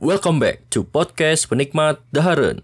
Welcome back to podcast Penikmat Daharen.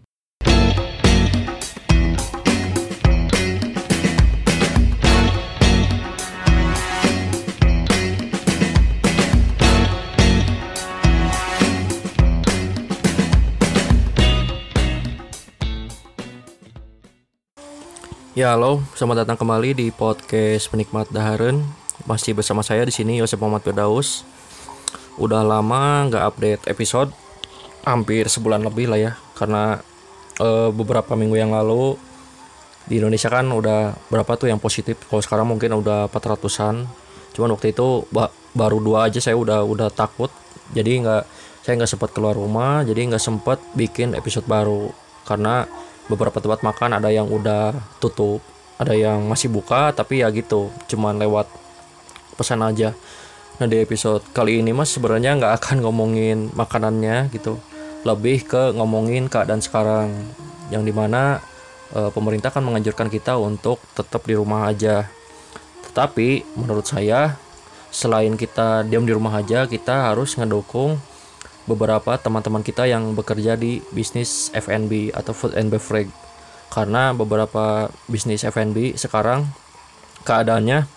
Ya, halo, selamat datang kembali di podcast Penikmat Daharen. Masih bersama saya di sini Yosef Muhammad Firdaus. Udah lama nggak update episode, hampir sebulan lebih lah ya. Karena beberapa minggu yang lalu di Indonesia kan udah berapa tuh yang positif. Kalau sekarang mungkin udah 400-an. Cuman waktu itu baru 2 aja saya udah takut. Jadi saya nggak sempat keluar rumah, jadi nggak sempat bikin episode baru karena beberapa tempat makan ada yang udah tutup, ada yang masih buka, tapi ya gitu, cuman lewat pesan aja. Nah, di episode kali ini mas sebenarnya nggak akan ngomongin makanannya gitu, lebih ke ngomongin keadaan sekarang, yang dimana pemerintah kan menganjurkan kita untuk tetap di rumah aja. Tetapi menurut saya, selain kita diam di rumah aja, kita harus ngedukung beberapa teman-teman kita yang bekerja di bisnis F&B atau food and beverage, karena beberapa bisnis F&B sekarang keadaannya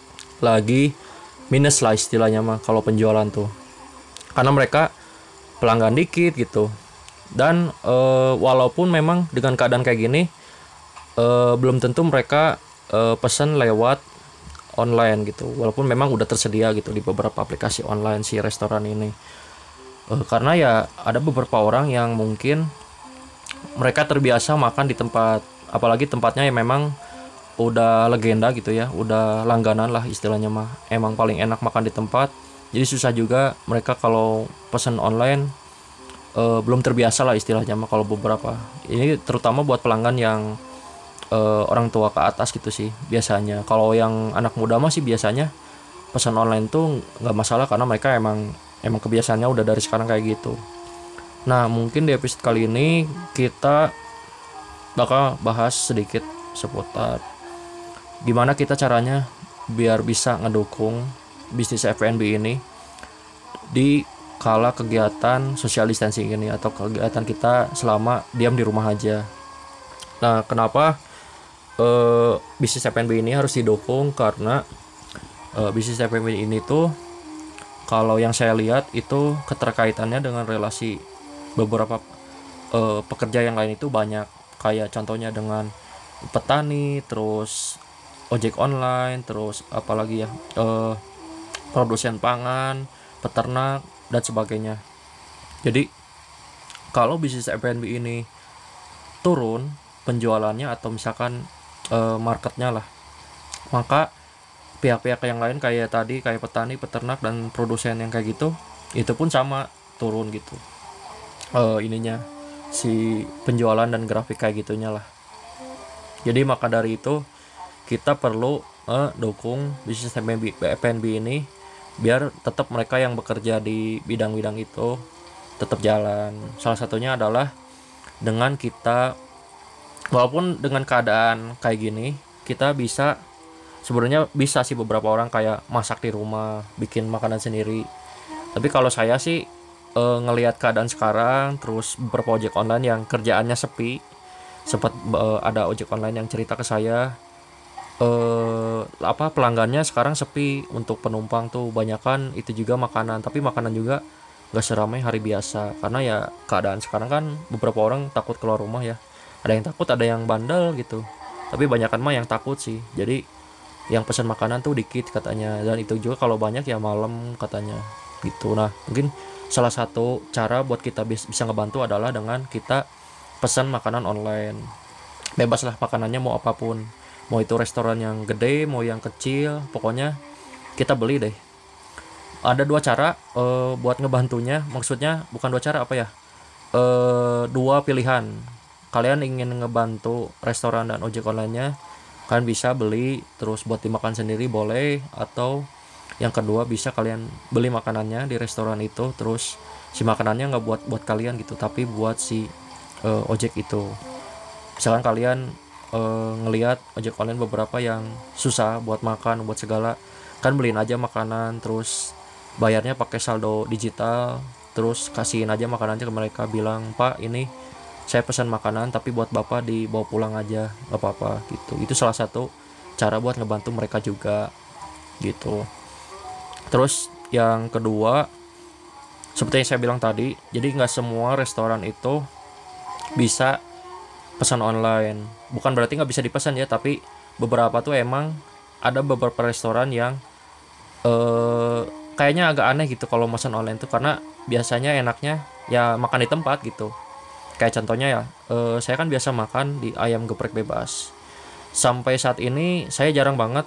lagi minus lah istilahnya mah kalau penjualan tuh, karena mereka pelanggan dikit gitu. Dan walaupun memang dengan keadaan kayak gini belum tentu mereka pesan lewat online gitu, walaupun memang udah tersedia gitu di beberapa aplikasi online si restoran ini. Karena ya ada beberapa orang yang mungkin mereka terbiasa makan di tempat, apalagi tempatnya yang memang udah legenda gitu ya, udah langganan lah istilahnya mah, emang paling enak makan di tempat. Jadi susah juga mereka kalau pesan online, belum terbiasa lah istilahnya mah kalau beberapa. Ini terutama buat pelanggan yang orang tua ke atas gitu sih biasanya. Kalau yang anak muda mah sih biasanya pesan online tuh nggak masalah, karena mereka emang kebiasaannya udah dari sekarang kayak gitu. Nah, mungkin di episode kali ini kita bakal bahas sedikit seputar gimana kita caranya biar bisa ngedukung bisnis F&B ini di kala kegiatan social distancing ini atau kegiatan kita selama diam di rumah aja. Nah, kenapa bisnis F&B ini harus didukung? Karena bisnis F&B ini tuh, kalau yang saya lihat itu keterkaitannya dengan relasi beberapa pekerja yang lain itu banyak. Kayak contohnya dengan petani, terus ojek online, terus apalagi ya, produsen pangan, peternak, dan sebagainya. Jadi kalau bisnis F&B ini turun penjualannya atau misalkan marketnya lah, maka pihak-pihak yang lain kayak tadi, kayak petani, peternak, dan produsen yang kayak gitu, itu pun sama turun gitu. Ininya si penjualan dan grafik kayak gitunya lah. Jadi maka dari itu kita perlu dukung bisnis F&B ini biar tetap mereka yang bekerja di bidang-bidang itu tetap jalan. Salah satunya adalah dengan kita, walaupun dengan keadaan kayak gini, kita sebenarnya bisa sih beberapa orang kayak masak di rumah, bikin makanan sendiri. Tapi kalau saya sih ngelihat keadaan sekarang, terus beberapa ojek online yang kerjaannya sepi, sempat ada ojek online yang cerita ke saya, pelanggannya sekarang sepi, untuk penumpang tuh banyakan itu juga makanan, tapi makanan juga nggak seramai hari biasa, karena ya keadaan sekarang kan beberapa orang takut keluar rumah ya. Ada yang takut, ada yang bandel gitu, tapi banyakan mah yang takut sih. Jadi yang pesan makanan tuh dikit katanya, dan itu juga kalau banyak ya malam katanya gitu. Nah, mungkin salah satu cara buat kita bisa ngebantu adalah dengan kita pesan makanan online. Bebas lah makanannya mau apapun, mau itu restoran yang gede, mau yang kecil, pokoknya kita beli deh. Ada 2 cara buat ngebantunya, maksudnya bukan 2 cara, apa ya, 2 pilihan. Kalian ingin ngebantu restoran dan ojek online-nya, kalian bisa beli terus buat dimakan sendiri boleh, atau yang kedua bisa kalian beli makanannya di restoran itu, terus si makanannya nggak buat kalian gitu, tapi buat si ojek itu. Misalkan kalian ngelihat ojek online beberapa yang susah buat makan, buat segala, kan beliin aja makanan, terus bayarnya pakai saldo digital, terus kasihin aja makanannya ke mereka, bilang Pak ini saya pesan makanan tapi buat bapak dibawa pulang aja nggak apa-apa gitu. Itu salah satu cara buat ngebantu mereka juga gitu. Terus yang kedua, seperti yang saya bilang tadi, jadi nggak semua restoran itu bisa pesan online. Bukan berarti nggak bisa dipesan ya, tapi beberapa tuh emang ada beberapa restoran yang kayaknya agak aneh gitu kalau pesan online tuh, karena biasanya enaknya ya makan di tempat gitu. Kayak contohnya ya, saya kan biasa makan di ayam geprek bebas. Sampai saat ini saya jarang banget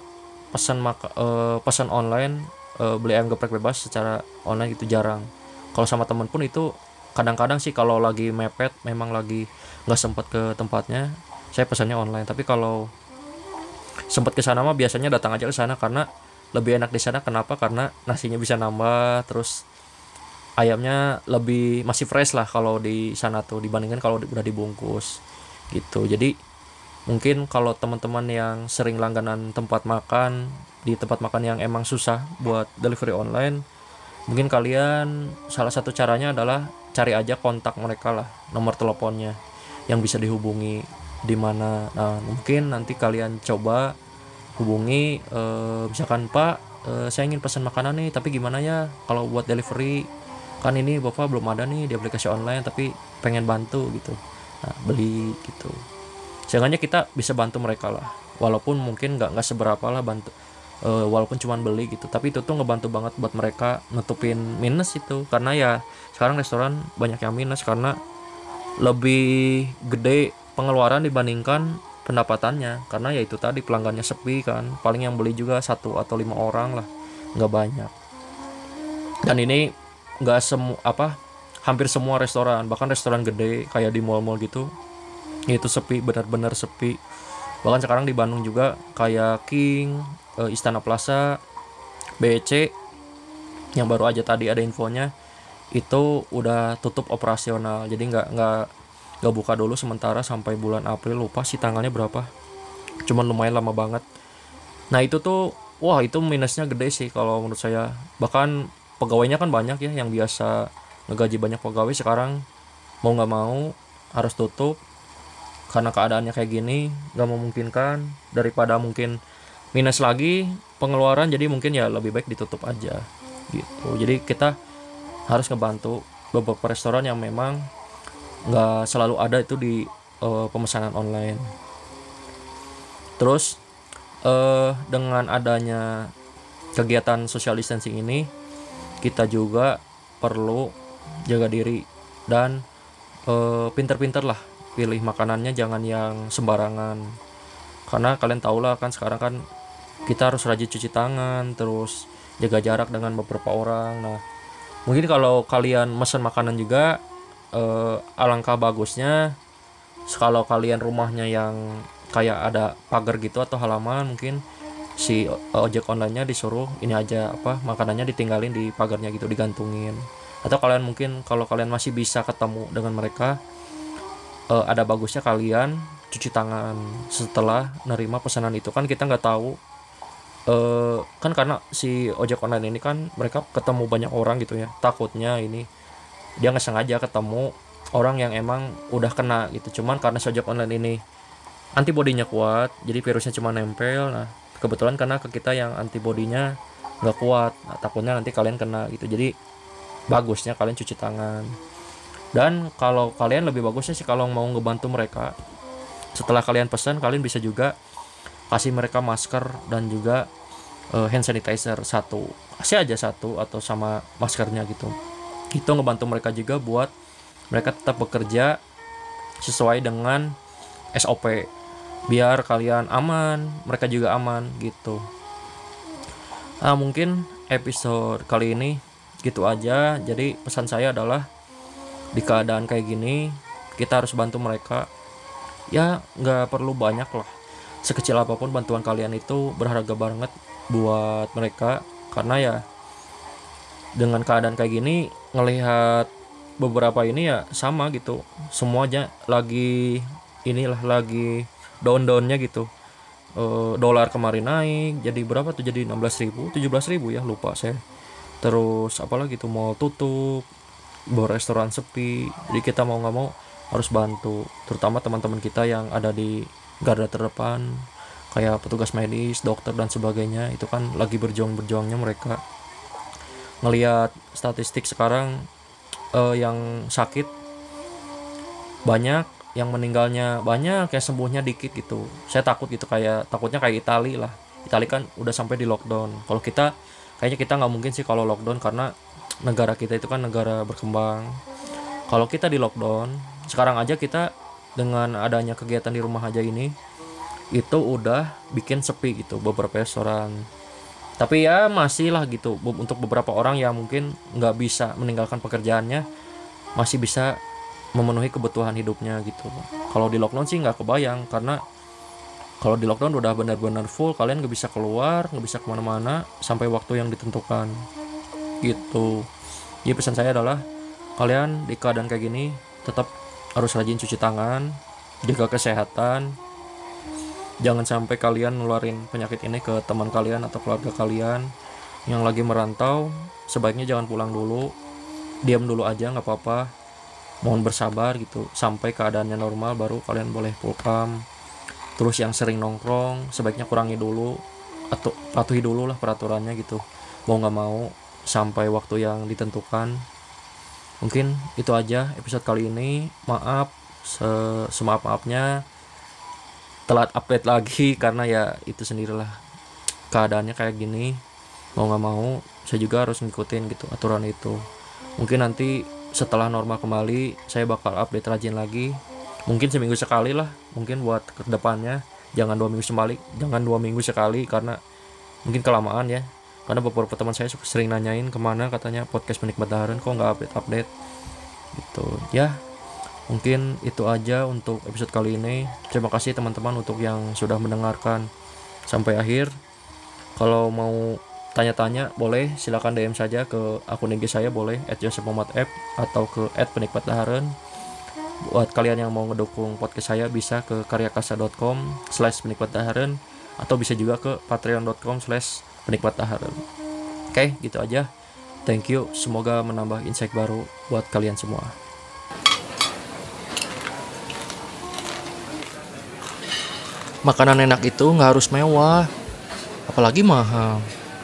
pesan online, beli ayam geprek bebas secara online gitu, jarang. Kalau sama temen pun itu kadang-kadang sih, kalau lagi mepet memang lagi nggak sempat ke tempatnya, saya pesannya online. Tapi kalau sempat ke sana mah biasanya datang aja ke sana, karena lebih enak di sana. Kenapa? Karena nasinya bisa nambah, terus ayamnya lebih masih fresh lah kalau di sana tuh dibandingkan kalau udah dibungkus gitu. Jadi mungkin kalau teman-teman yang sering langganan tempat makan, di tempat makan yang emang susah buat delivery online, mungkin kalian salah satu caranya adalah cari aja kontak mereka lah, nomor teleponnya yang bisa dihubungi di mana. Nah, mungkin nanti kalian coba hubungi, misalkan Pak, saya ingin pesan makanan nih, tapi gimana ya kalau buat delivery, kan ini bapak belum ada nih di aplikasi online, tapi pengen bantu gitu, nah beli gitu. Seenggaknya kita bisa bantu mereka lah, walaupun mungkin nggak seberapa lah bantu, walaupun cuman beli gitu, tapi itu tuh ngebantu banget buat mereka nutupin minus itu. Karena ya sekarang restoran banyak yang minus karena lebih gede pengeluaran dibandingkan pendapatannya, karena ya itu tadi pelanggannya sepi kan, paling yang beli juga 1 atau 5 orang lah, nggak banyak. Dan ini nggak hampir semua restoran, bahkan restoran gede kayak di mall-mall gitu, itu sepi, benar-benar sepi. Bahkan sekarang di Bandung juga kayak King, Istana Plaza, BEC yang baru aja tadi ada infonya itu udah tutup operasional. Jadi nggak buka dulu sementara sampai bulan April, lupa sih tanggalnya berapa, cuman lumayan lama banget. Nah itu tuh, wah itu minusnya gede sih kalau menurut saya. Bahkan pegawainya kan banyak ya, yang biasa ngegaji banyak pegawai sekarang mau nggak mau harus tutup karena keadaannya kayak gini, nggak memungkinkan. Daripada mungkin minus lagi pengeluaran, jadi mungkin ya lebih baik ditutup aja gitu. Jadi kita harus ngebantu beberapa restoran yang memang nggak selalu ada itu di pemesanan online. Terus dengan adanya kegiatan social distancing ini, kita juga perlu jaga diri dan pinter-pinter lah pilih makanannya, jangan yang sembarangan. Karena kalian tau lah kan sekarang kan kita harus rajin cuci tangan, terus jaga jarak dengan beberapa orang. Nah mungkin kalau kalian mesen makanan juga, alangkah bagusnya kalau kalian rumahnya yang kayak ada pagar gitu atau halaman, mungkin si ojek online-nya disuruh ini aja, makanannya ditinggalin di pagarnya gitu, digantungin. Atau kalian mungkin kalau kalian masih bisa ketemu dengan mereka, ada bagusnya kalian cuci tangan setelah nerima pesanan itu. Kan kita nggak tahu, kan karena si ojek online ini kan mereka ketemu banyak orang gitu ya, takutnya ini dia nggak sengaja ketemu orang yang emang udah kena gitu. Cuman karena si ojek online ini antibodinya kuat, jadi virusnya cuma nempel. Nah kebetulan karena ke kita yang antibodinya nggak kuat, nah, takutnya nanti kalian kena gitu. Jadi bagusnya kalian cuci tangan. Dan kalau kalian lebih bagusnya sih kalau mau ngebantu mereka, setelah kalian pesan, kalian bisa juga kasih mereka masker dan juga hand sanitizer satu, kasih aja satu atau sama maskernya gitu. Itu ngebantu mereka juga buat mereka tetap bekerja sesuai dengan SOP, biar kalian aman, mereka juga aman gitu. Nah mungkin episode kali ini gitu aja. Jadi pesan saya adalah di keadaan kayak gini kita harus bantu mereka. Ya nggak perlu banyak lah, sekecil apapun bantuan kalian itu berharga banget buat mereka. Karena ya dengan keadaan kayak gini, ngelihat beberapa ini ya sama gitu, semuanya lagi lagi down-downnya gitu. Dolar kemarin naik jadi berapa tuh, jadi 16.000 17.000 ya, lupa saya. Terus apalagi tuh, mall tutup, bahwa restoran sepi, jadi kita mau nggak mau harus bantu, terutama teman-teman kita yang ada di garda terdepan kayak petugas medis, dokter dan sebagainya. Itu kan lagi berjuang-berjuangnya mereka. Ngelihat statistik sekarang, yang sakit banyak, yang meninggalnya banyak, yang sembuhnya dikit gitu. Saya takut gitu, takutnya kayak Itali lah. Itali kan udah sampai di lockdown. Kalau kita kayaknya kita nggak mungkin sih kalau lockdown, karena negara kita itu kan negara berkembang. Kalau kita di lockdown sekarang aja, kita dengan adanya kegiatan di rumah aja ini itu udah bikin sepi gitu beberapa restoran. Tapi ya masih lah gitu, untuk beberapa orang yang mungkin nggak bisa meninggalkan pekerjaannya, masih bisa memenuhi kebutuhan hidupnya gitu. Kalau di lockdown sih nggak kebayang, karena kalau di lockdown udah benar-benar full, kalian nggak bisa keluar, nggak bisa kemana-mana sampai waktu yang ditentukan gitu. Jadi pesan saya adalah, kalian di keadaan kayak gini tetap harus rajin cuci tangan, jaga kesehatan. Jangan sampai kalian nularin penyakit ini ke teman kalian atau keluarga kalian yang lagi merantau. Sebaiknya jangan pulang dulu, diam dulu aja, nggak apa-apa. Mohon bersabar gitu sampai keadaannya normal, baru kalian boleh pulang. Terus yang sering nongkrong sebaiknya kurangi dulu, atau patuhi dulu lah peraturannya gitu, mau nggak mau, sampai waktu yang ditentukan. Mungkin itu aja episode kali ini. Maaf semaaf-maafnya telat update lagi, karena ya itu sendirilah keadaannya kayak gini. Mau nggak mau saya juga harus ngikutin gitu aturan itu. Mungkin nanti setelah normal kembali saya bakal update rajin lagi, mungkin seminggu sekali lah, mungkin buat kedepannya. Jangan 2 minggu sekali, karena mungkin kelamaan ya. Karena beberapa teman saya sering nanyain kemana katanya podcast Penikmat Dahareun kok nggak update gitu ya. Mungkin itu aja untuk episode kali ini. Terima kasih teman-teman untuk yang sudah mendengarkan sampai akhir. Kalau mau tanya-tanya boleh silakan DM saja ke akun IG saya, boleh @yosepmuhammad_f atau ke @penikmatdahareun. Buat kalian yang mau ngedukung podcast saya bisa ke karyakasa.com/penikmatdahareun atau bisa juga ke patreon.com/penikmatdahareun. Oke, gitu aja. Thank you. Semoga menambah insight baru buat kalian semua. Makanan enak itu nggak harus mewah, apalagi mahal.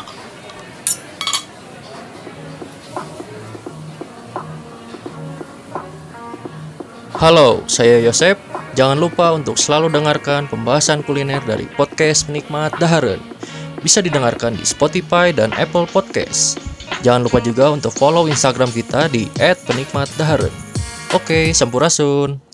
Halo, saya Yosep. Jangan lupa untuk selalu dengarkan pembahasan kuliner dari podcast Penikmat Dahareun. Bisa didengarkan di Spotify dan Apple Podcast. Jangan lupa juga untuk follow Instagram kita di @penikmatdahareun. Oke, sampurasun.